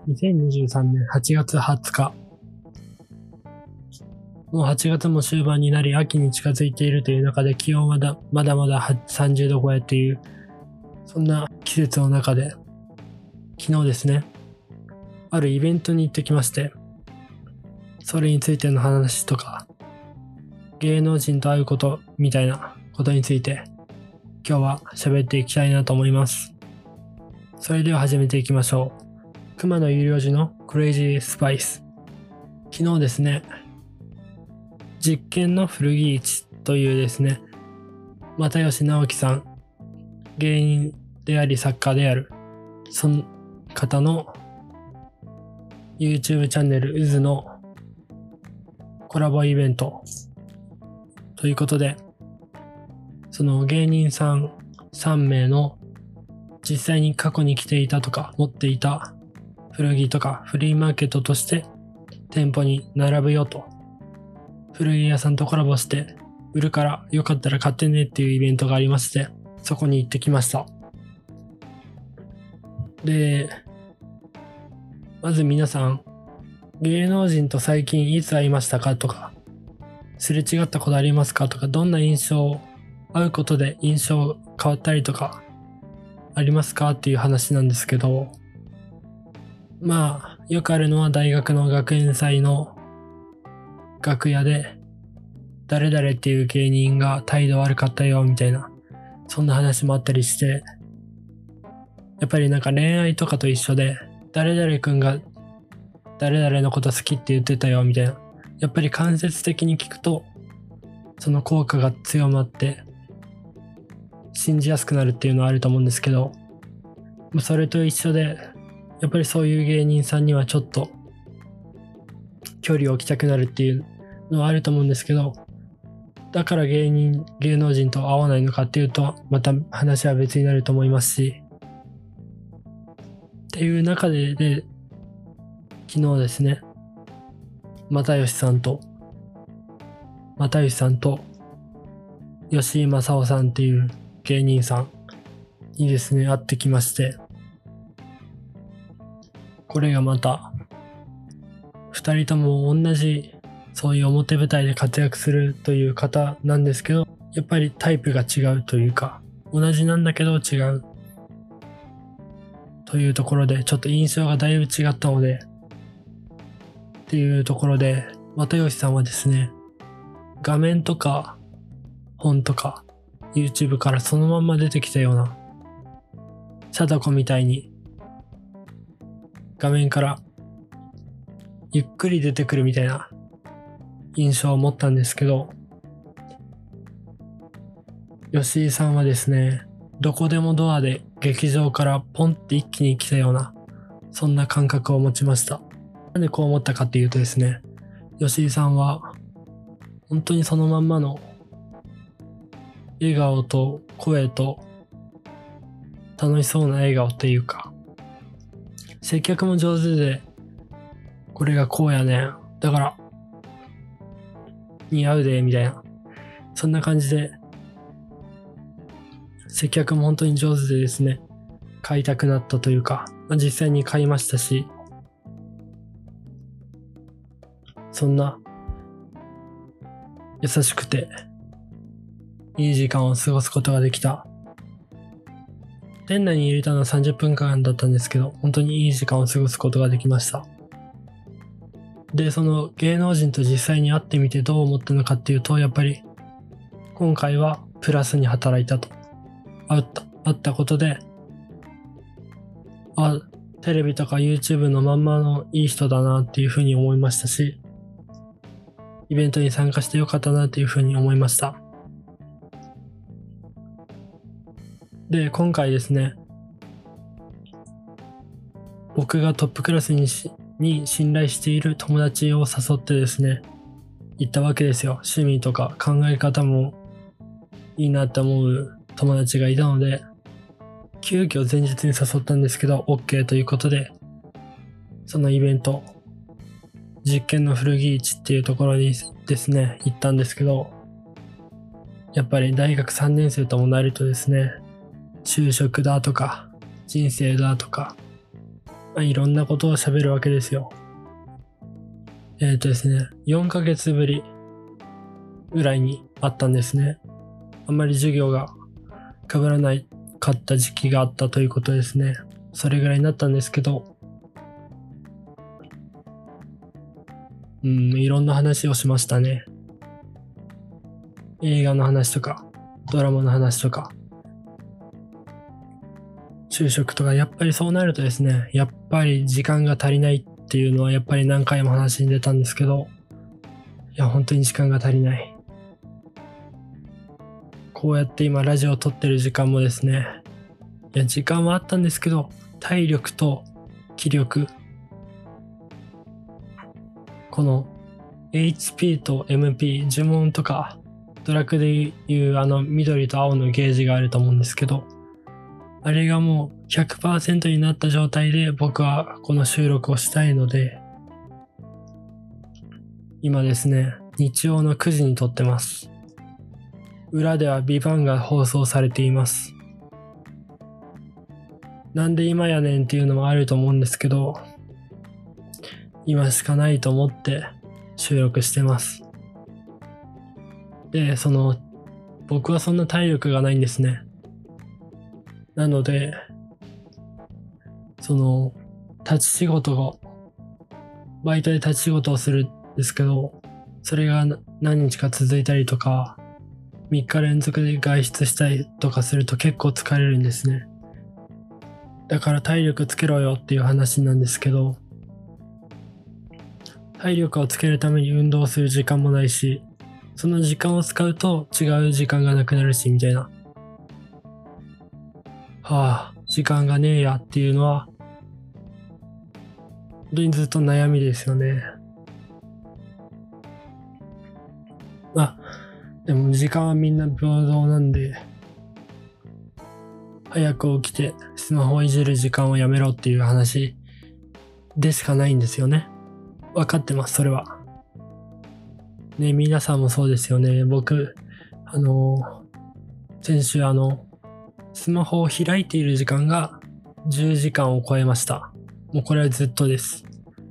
2023年8月20日。もう8月も終盤になり秋に近づいているという中で気温はまだまだ30度超えっていう、そんな季節の中で、昨日ですね、あるイベントに行ってきまして、それについての話とか、芸能人と会うことみたいなことについて、今日は喋っていきたいなと思います。それでは始めていきましょう。熊野有料寺のクレイジースパイス。昨日ですね、実験の古着市というですね、又吉直樹さん、芸人であり作家である、その方の YouTube チャンネル渦のコラボイベントということで、その芸人さん3名の実際に過去に着ていたとか持っていた古着とかフリーマーケットとして店舗に並ぶよと、古着屋さんとコラボして売るからよかったら買ってねっていうイベントがありまして、そこに行ってきました。で、まず皆さん、芸能人と最近いつ会いましたかとか、すれ違ったことありますかとか、どんな印象、会うことで印象変わったりとかありますかっていう話なんですけど、まあよくあるのは大学の学園祭の楽屋で誰々っていう芸人が態度悪かったよみたいな、そんな話もあったりして、やっぱりなんか恋愛とかと一緒で、誰々くんが誰々のこと好きって言ってたよみたいな、やっぱり間接的に聞くとその効果が強まって信じやすくなるっていうのはあると思うんですけど、それと一緒でやっぱりそういう芸人さんにはちょっと距離を置きたくなるっていうのはあると思うんですけど、だから芸能人と会わないのかっていうとまた話は別になると思いますし、っていう中で昨日ですね、又吉さんと吉井正夫さんっていう芸人さんにですね会ってきまして、これがまた2人とも同じそういう表舞台で活躍するという方なんですけど、やっぱりタイプが違うというか、同じなんだけど違うというところでちょっと印象がだいぶ違ったのでっていうところで、又吉さんはですね、画面とか本とか YouTube からそのまんま出てきたような、貞子みたいに画面からゆっくり出てくるみたいな印象を持ったんですけど、吉井さんはですね、どこでもドアで劇場からポンって一気に来たような、そんな感覚を持ちました。なんでこう思ったかっていうとですね、吉井さんは本当にそのまんまの笑顔と声と楽しそうな笑顔というか、接客も上手で、これがこうやねん、だから似合うでみたいな、そんな感じで接客も本当に上手でですね、買いたくなったというか、実際に買いましたし、そんな優しくていい時間を過ごすことができた。店内に入れたのは30分間だったんですけど、本当にいい時間を過ごすことができました。で、その芸能人と実際に会ってみてどう思ったのかっていうと、やっぱり今回はプラスに働いたと。会ったことで、テレビとか YouTube のまんまのいい人だなっていうふうに思いましたし、イベントに参加してよかったなっていうふうに思いました。で、今回ですね、僕がトップクラスに信頼している友達を誘ってですね、行ったわけですよ。趣味とか考え方もいいなって思う友達がいたので、急遽前日に誘ったんですけど OK ということで、そのイベント、実験の古着市っていうところにですね行ったんですけど、やっぱり大学3年生ともなるとですね、就職だとか人生だとかいろんなことを喋るわけですよ。ですね、4ヶ月ぶりぐらいにあったんですね。あんまり授業が被らないかった時期があったということですね。それぐらいになったんですけど、いろんな話をしましたね。映画の話とか、ドラマの話とか、就職とか、やっぱりそうなるとですね、やっぱり時間が足りないっていうのはやっぱり何回も話に出たんですけど、いや、本当に時間が足りない。こうやって今ラジオを撮ってる時間もですね、いや、時間はあったんですけど、体力と気力、この HP と MP、呪文とか、ドラクでいう緑と青のゲージがあると思うんですけど、あれがもう 100% になった状態で僕はこの収録をしたいので、今ですね、日曜の9時に撮ってます。裏ではビバンが放送されています。なんで今やねんっていうのもあると思うんですけど、今しかないと思って収録してます。で、僕はそんな体力がないんですね。なので、立ち仕事が、バイトで立ち仕事をするんですけど、それが何日か続いたりとか、3日連続で外出したりとかすると結構疲れるんですね。だから体力つけろよっていう話なんですけど、体力をつけるために運動する時間もないし、その時間を使うと違う時間がなくなるし、みたいな。時間がねえやっていうのは、本当にずっと悩みですよね。でも時間はみんな平等なんで、早く起きてスマホをいじる時間をやめろっていう話でしかないんですよね。分かってます、それは。ね、皆さんもそうですよね。僕、先週スマホを開いている時間が10時間を超えました。もうこれはずっとです。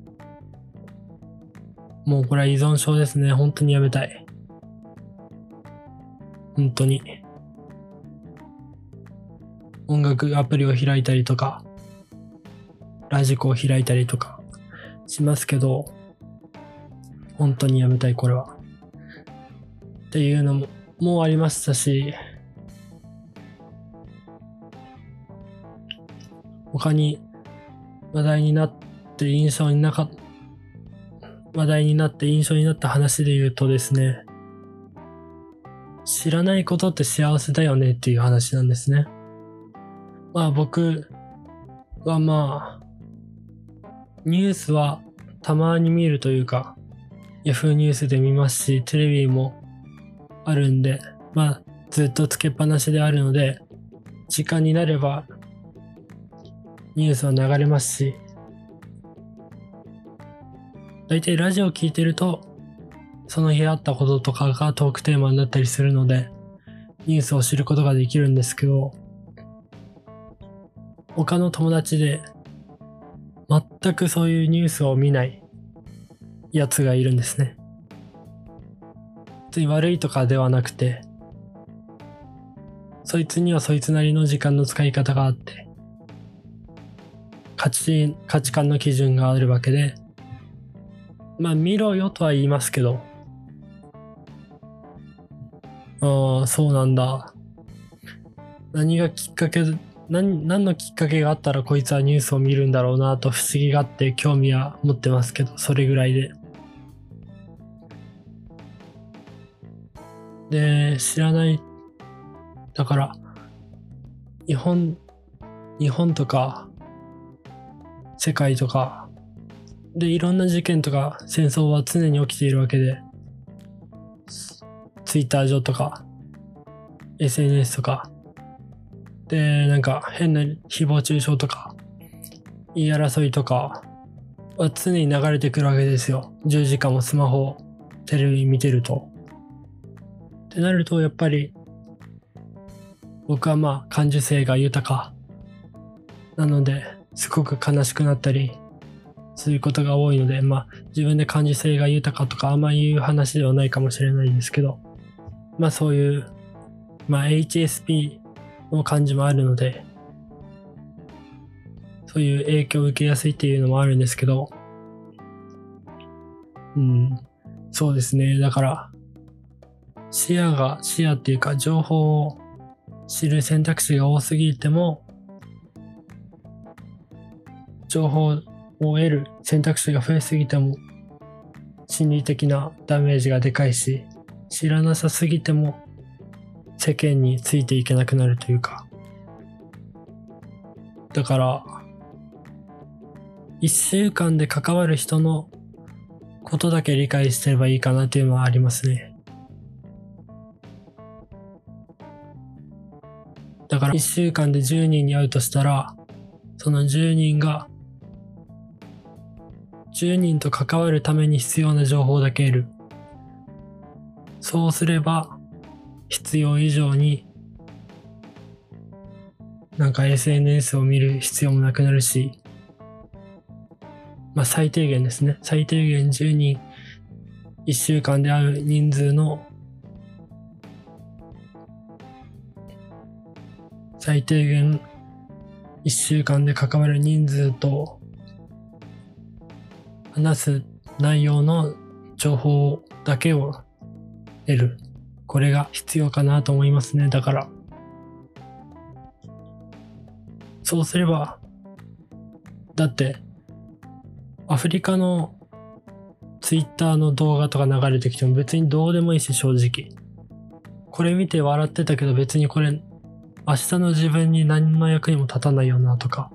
もうこれは依存症ですね。本当にやめたい。本当に。音楽アプリを開いたりとか、ラジコを開いたりとかしますけど、本当にやめたい、これは。っていうのもありましたし、他に話題になって印象になった話で言うとですね、知らないことって幸せだよねっていう話なんですね。僕はニュースはたまに見るというか、ヤフーニュースで見ますし、テレビもあるんで、ずっとつけっぱなしであるので、時間になればニュースは流れますし、だいたいラジオを聞いてると、その日あったこととかがトークテーマになったりするので、ニュースを知ることができるんですけど、他の友達で全くそういうニュースを見ないやつがいるんですね。別に悪いとかではなくて、そいつにはそいつなりの時間の使い方があって、価値観の基準があるわけで、見ろよとは言いますけど、そうなんだ。何のきっかけがあったらこいつはニュースを見るんだろうなと不思議があって興味は持ってますけど、それぐらいで。で、知らない。だから、日本とか、世界とか、で、いろんな事件とか戦争は常に起きているわけで、ツイッター上とか、SNS とか、で、変な誹謗中傷とか、言い争いとかは常に流れてくるわけですよ。10時間もスマホ、テレビ見てると。ってなると、やっぱり、僕は感受性が豊か。なので、 すごく悲しくなったり、そういうことが多いので、自分で感受性が豊かとかあんまり言う話ではないかもしれないですけど、そういう、HSP の感じもあるので、そういう影響を受けやすいっていうのもあるんですけど、そうですね。だから、視野っていうか情報を知る選択肢が多すぎても、情報を得る選択肢が増えすぎても、心理的なダメージがでかいし、知らなさすぎても世間についていけなくなるというか。だから、一週間で関わる人のことだけ理解してればいいかなっていうのはありますね。だから一週間で10人に会うとしたら、その10人が10人と関わるために必要な情報だけ得る。そうすれば必要以上にSNS を見る必要もなくなるし、最低限ですね。最低限10人1週間で会う人数の最低限1週間で関わる人数と話す内容の情報だけを得る。これが必要かなと思いますね。だから、そうすれば、だって、アフリカのツイッターの動画とか流れてきても別にどうでもいいし、正直。これ見て笑ってたけど別にこれ、明日の自分に何の役にも立たないよなとか。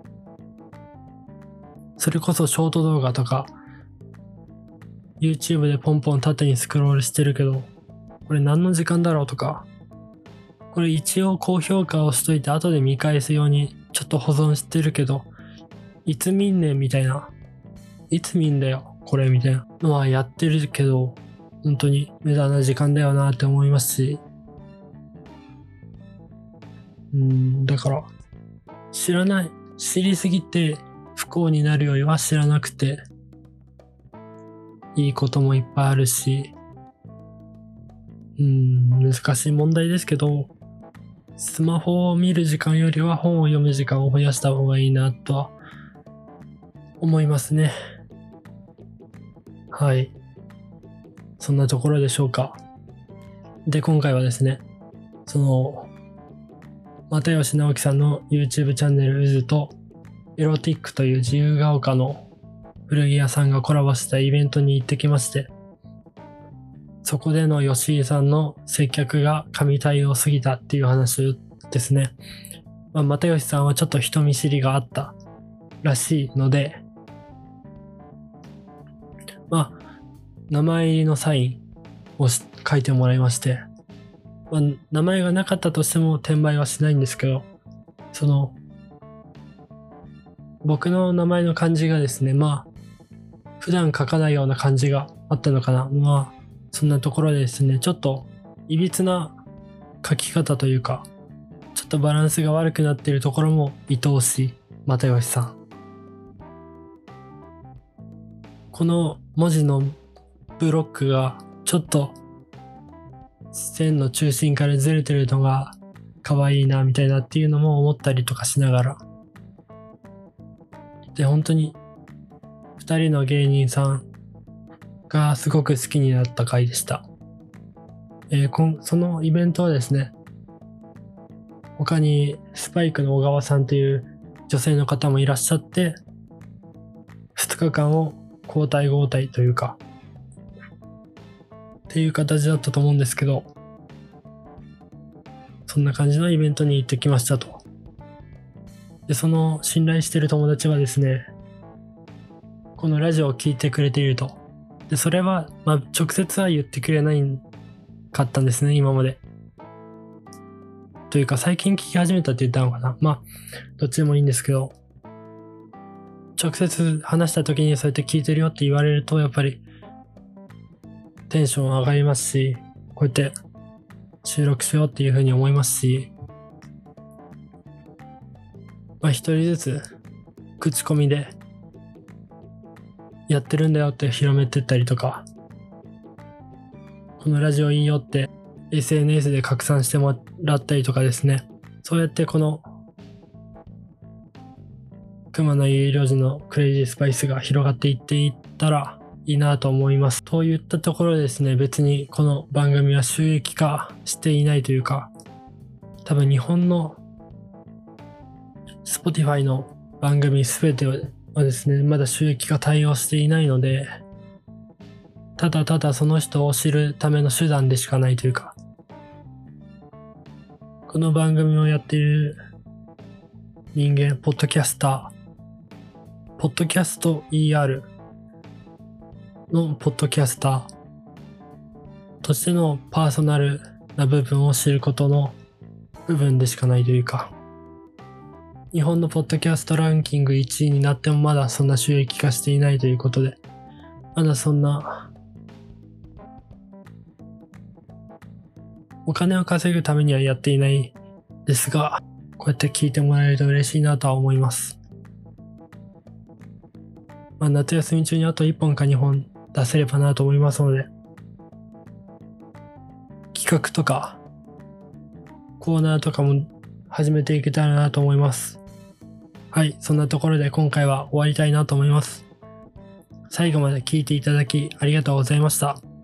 それこそショート動画とか、YouTube でポンポン縦にスクロールしてるけど、これ何の時間だろうとか、これ一応高評価をしといて後で見返すようにちょっと保存してるけど、いつ見んねんみたいな。いつ見んだよ、これみたいなのはやってるけど、本当に無駄な時間だよなって思いますし。だから、知りすぎて不幸になるよりは知らなくて、いいこともいっぱいあるし、難しい問題ですけど、スマホを見る時間よりは本を読む時間を増やした方がいいなとは思いますね。はい。そんなところでしょうか。で、今回はですね、又吉直樹さんの YouTube チャンネル渦とエロティックという自由が丘の古着屋さんがコラボしたイベントに行ってきまして、そこでの吉井さんの接客が神対応すぎたっていう話ですね。又吉さんはちょっと人見知りがあったらしいので、名前入りのサインを書いてもらいまして、名前がなかったとしても転売はしないんですけど、僕の名前の漢字がですね、普段書かないような漢字があったのかな。そんなところでですね、ちょっといびつな書き方というか、ちょっとバランスが悪くなっているところも愛おしい又吉さん。この文字のブロックがちょっと線の中心からずれてるのが可愛いなみたいなっていうのも思ったりとかしながら。で、本当に2人の芸人さんがすごく好きになった回でした。そのイベントはですね、他にスパイクの小川さんという女性の方もいらっしゃって、2日間を交代交代というか、っていう形だったと思うんですけど、そんな感じのイベントに行ってきましたと。で、その信頼してる友達はですね、このラジオを聞いてくれていると。で、それは、直接は言ってくれないかったんですね、今まで。というか、最近聞き始めたって言ったのかな。どっちでもいいんですけど、直接話した時にそうやって聞いてるよって言われると、やっぱり、テンション上がりますし、こうやって収録しようっていう風に思いますし、一人ずつ口コミでやってるんだよって広めてったりとか、このラジオいいよって SNS で拡散してもらったりとかですね。そうやってこの熊野有料時のクレイジースパイスが広がっていっていったらいいなと思います。といったところですね、別にこの番組は収益化していないというか、多分日本の Spotify の番組すべてはですね、まだ収益化対応していないので、ただただその人を知るための手段でしかないというか、この番組をやっている人間、ポッドキャスター、ポッドキャスト ER のポッドキャスターとしてのパーソナルな部分を知ることの部分でしかないというか、日本のポッドキャストランキング1位になってもまだそんな収益化していないということで、まだそんなお金を稼ぐためにはやっていないですが、こうやって聞いてもらえると嬉しいなとは思います。夏休み中にあと1本か2本出せればなと思いますので、企画とかコーナーとかも始めていけたらなと思います。はい、そんなところで今回は終わりたいなと思います。最後まで聞いていただきありがとうございました。